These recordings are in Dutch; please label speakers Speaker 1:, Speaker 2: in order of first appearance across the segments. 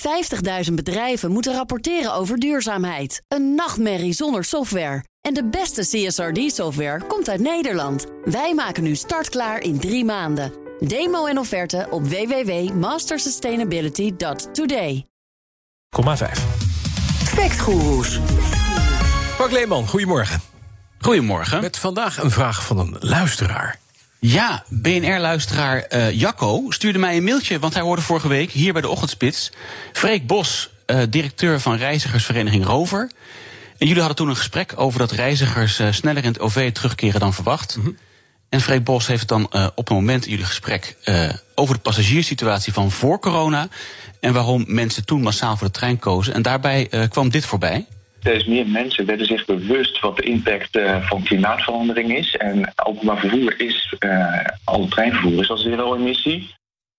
Speaker 1: 50.000 bedrijven moeten rapporteren over duurzaamheid. Een nachtmerrie zonder software. En de beste CSRD-software komt uit Nederland. Wij maken nu startklaar in 3 maanden. Demo en offerte op www.mastersustainability.today.
Speaker 2: 0,5.
Speaker 3: Factgoeroes.
Speaker 2: Mark Leeman, goedemorgen.
Speaker 4: Goedemorgen.
Speaker 2: Met vandaag een vraag van een luisteraar.
Speaker 4: Ja, BNR-luisteraar Jacco stuurde mij een mailtje, want hij hoorde vorige week hier bij de Ochtendspits Freek Bos, directeur van reizigersvereniging Rover. En jullie hadden toen een gesprek over dat reizigers sneller in het OV terugkeren dan verwacht. Mm-hmm. En Freek Bos heeft het dan op het moment in jullie gesprek over de passagierssituatie van voor corona en waarom mensen toen massaal voor de trein kozen. En daarbij kwam dit voorbij.
Speaker 5: Steeds meer mensen werden zich bewust wat de impact van klimaatverandering is. En openbaar vervoer is, al treinvervoer is al zero-emissie.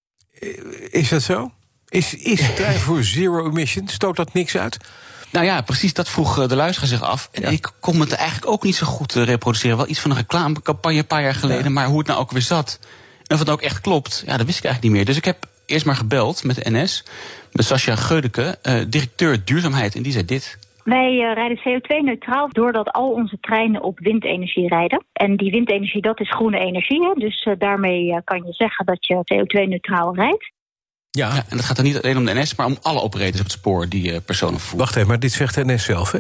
Speaker 2: Is dat zo? Is treinvervoer zero-emission? Stoot dat niks uit?
Speaker 4: Nou ja, precies, dat vroeg de luisteraar zich af. En ik kon het eigenlijk ook niet zo goed reproduceren. Wel iets van een reclamecampagne een paar jaar geleden. Ja. Maar hoe het nou ook weer zat. En of het ook echt klopt, ja, dat wist ik eigenlijk niet meer. Dus ik heb eerst maar gebeld met de NS. Met Sascha Geudeke, directeur duurzaamheid. En die zei dit.
Speaker 6: Wij rijden CO2-neutraal doordat al onze treinen op windenergie rijden. En die windenergie, dat is groene energie. Hè? Dus daarmee kan je zeggen dat je CO2-neutraal rijdt.
Speaker 4: Ja, en dat gaat dan niet alleen om de NS, maar om alle operators op het spoor die personen vervoeren.
Speaker 2: Wacht even, maar dit zegt de NS zelf, hè?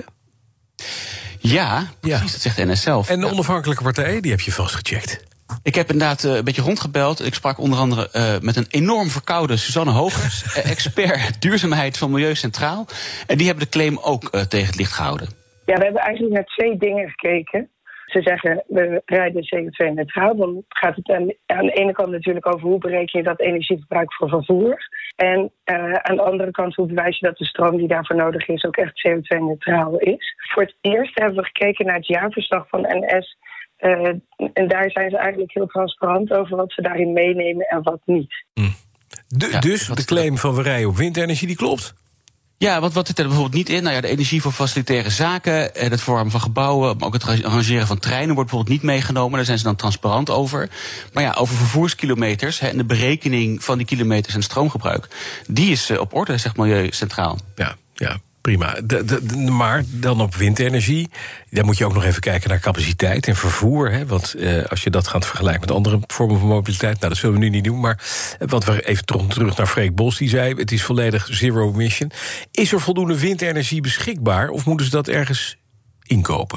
Speaker 4: Ja, precies, dat zegt de NS zelf.
Speaker 2: En de onafhankelijke partij, die heb je vast gecheckt.
Speaker 4: Ik heb inderdaad een beetje rondgebeld. Ik sprak onder andere met een enorm verkoude Suzanne Hogers, expert duurzaamheid van Milieu Centraal. En die hebben de claim ook tegen het licht gehouden.
Speaker 7: Ja, we hebben eigenlijk naar 2 dingen gekeken. Ze zeggen, we rijden CO2-neutraal. Dan gaat het aan de ene kant natuurlijk over hoe bereken je dat energieverbruik voor vervoer. En aan de andere kant, hoe bewijs je dat de stroom die daarvoor nodig is ook echt CO2-neutraal is. Voor het eerst hebben we gekeken naar het jaarverslag van NS. En daar zijn ze eigenlijk heel transparant over wat ze daarin meenemen en wat niet.
Speaker 2: Dus de claim van we rijden op windenergie, die klopt?
Speaker 4: Ja, wat zit er bijvoorbeeld niet in? Nou ja, de energie voor facilitaire zaken, het verwarmen van gebouwen, maar ook het arrangeren van treinen wordt bijvoorbeeld niet meegenomen. Daar zijn ze dan transparant over. Maar ja, over vervoerskilometers en de berekening van die kilometers en stroomgebruik, die is op orde, zegt Milieu Centraal.
Speaker 2: Ja. Prima. Maar dan op windenergie, dan moet je ook nog even kijken naar capaciteit en vervoer. Hè? Want als je dat gaat vergelijken met andere vormen van mobiliteit, nou, dat zullen we nu niet doen. Maar want we even terug naar Freek Bos, die zei, het is volledig zero emission. Is er voldoende windenergie beschikbaar of moeten ze dat ergens inkopen?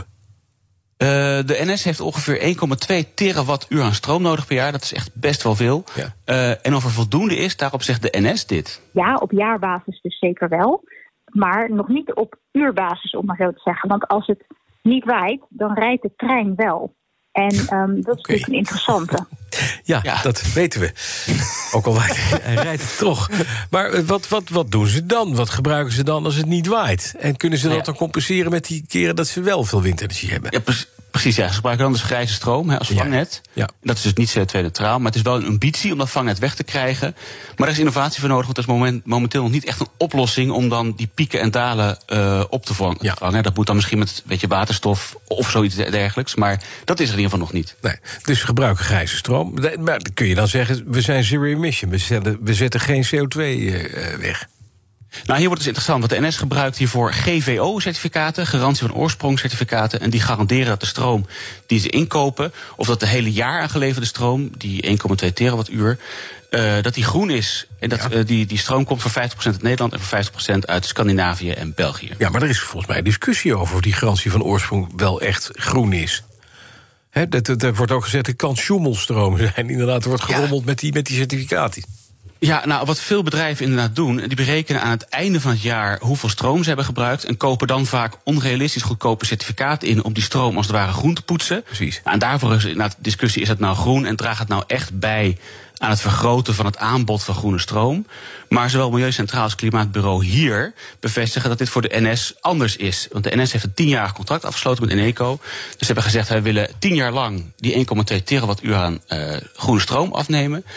Speaker 4: De NS heeft ongeveer 1,2 terawattuur aan stroom nodig per jaar. Dat is echt best wel veel. Ja. En of er voldoende is, daarop zegt de NS dit.
Speaker 6: Ja, op jaarbasis dus zeker wel. Maar nog niet op uurbasis, om maar zo te zeggen. Want als het niet waait, dan rijdt de trein wel. En dat is natuurlijk een interessante.
Speaker 2: Ja, dat weten we. Ook al waait hij rijdt het toch. Maar wat doen ze dan? Wat gebruiken ze dan als het niet waait? En kunnen ze dat dan compenseren met die keren dat ze wel veel windenergie hebben?
Speaker 4: Ja, precies, ja. Ze gebruiken dan dus grijze stroom als vangnet. Ja. Dat is dus niet CO2-neutraal, maar het is wel een ambitie om dat vangnet weg te krijgen. Maar er is innovatie voor nodig, want er is momenteel nog niet echt een oplossing om dan die pieken en dalen op te vangen. Ja. Dat moet dan misschien met waterstof of zoiets dergelijks, maar dat is er in ieder geval nog niet.
Speaker 2: Nee, dus we gebruiken grijze stroom. Maar dan kun je dan zeggen, we zijn zero emission. We zetten geen CO2 weg.
Speaker 4: Nou, hier wordt het interessant, want de NS gebruikt hiervoor GVO-certificaten, garantie van oorsprong-certificaten, en die garanderen dat de stroom die ze inkopen, of dat de hele jaar aangeleverde stroom, die 1,2 terawattuur, dat die groen is. En dat die stroom komt voor 50% uit Nederland en voor 50% uit Scandinavië en België.
Speaker 2: Ja, maar er is volgens mij discussie over of die garantie van oorsprong wel echt groen is. Er wordt ook gezegd, het kan schommelstroom zijn. Inderdaad, er wordt gerommeld met die certificaten.
Speaker 4: Ja, nou, wat veel bedrijven inderdaad doen, die berekenen aan het einde van het jaar hoeveel stroom ze hebben gebruikt en kopen dan vaak onrealistisch goedkope certificaten in om die stroom als het ware groen te poetsen.
Speaker 2: Precies.
Speaker 4: Nou, en daarvoor is de discussie, is het nou groen en draagt het nou echt bij aan het vergroten van het aanbod van groene stroom? Maar zowel Milieu Centraal als Klimaatbureau hier bevestigen dat dit voor de NS anders is. Want de NS heeft een 10-jarig contract afgesloten met Eneco. Dus ze hebben gezegd, wij willen 10 jaar lang die 1,2 terawattuur aan groene stroom afnemen.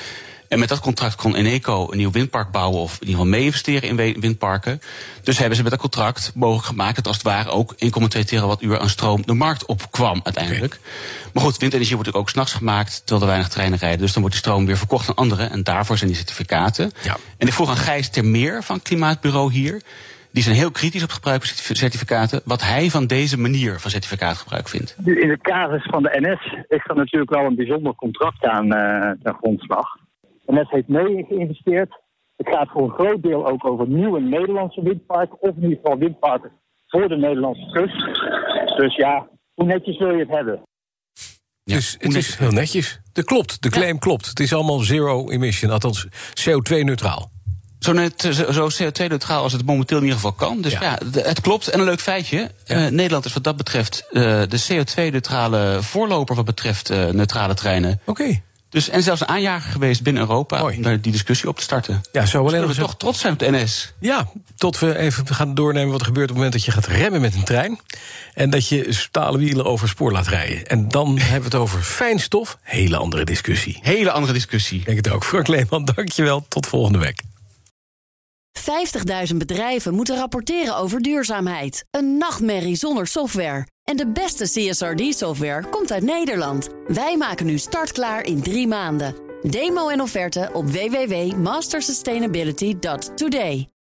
Speaker 4: En met dat contract kon Eneco een nieuw windpark bouwen, of in ieder geval mee investeren in windparken. Dus hebben ze met dat contract mogelijk gemaakt dat als het ware ook 1,2 terawattuur aan stroom de markt opkwam uiteindelijk. Okay. Maar goed, windenergie wordt ook 's nachts gemaakt, terwijl er weinig treinen rijden. Dus dan wordt die stroom weer verkocht aan anderen. En daarvoor zijn die certificaten. Ja. En ik vroeg aan Gijs Termeer van Klimaatbureau hier. Die zijn heel kritisch op gebruikerscertificaten. Wat hij van deze manier van certificaatgebruik vindt.
Speaker 8: In de casus van de NS is er natuurlijk wel een bijzonder contract aan de grondslag. De NS heeft mee geïnvesteerd. Het gaat voor een groot deel ook over nieuwe Nederlandse windparken. Of in ieder geval windparken voor de Nederlandse kust. Dus ja, hoe netjes wil je het hebben?
Speaker 2: Ja, dus het is heel netjes. Dat klopt, de claim klopt. Het is allemaal zero emission, althans CO2-neutraal.
Speaker 4: Zo CO2-neutraal als het momenteel in ieder geval kan. Dus ja het klopt. En een leuk feitje. Nederland is wat dat betreft de CO2-neutrale voorloper wat betreft neutrale treinen.
Speaker 2: Oké.
Speaker 4: Dus, en zelfs een aanjager geweest binnen Europa om daar die discussie op te starten.
Speaker 2: Ja, zo alleen
Speaker 4: we toch trots zijn op de NS.
Speaker 2: Ja, tot we even gaan doornemen wat er gebeurt op het moment dat je gaat remmen met een trein. En dat je stalen wielen over spoor laat rijden. En dan hebben we het over fijnstof. Hele andere discussie.
Speaker 4: Hele andere discussie.
Speaker 2: Ik denk het ook. Frank Leeman, dankjewel. Tot volgende week.
Speaker 1: 50.000 bedrijven moeten rapporteren over duurzaamheid. Een nachtmerrie zonder software. En de beste CSRD-software komt uit Nederland. Wij maken nu startklaar in 3 maanden. Demo en offerte op www.mastersustainability.today.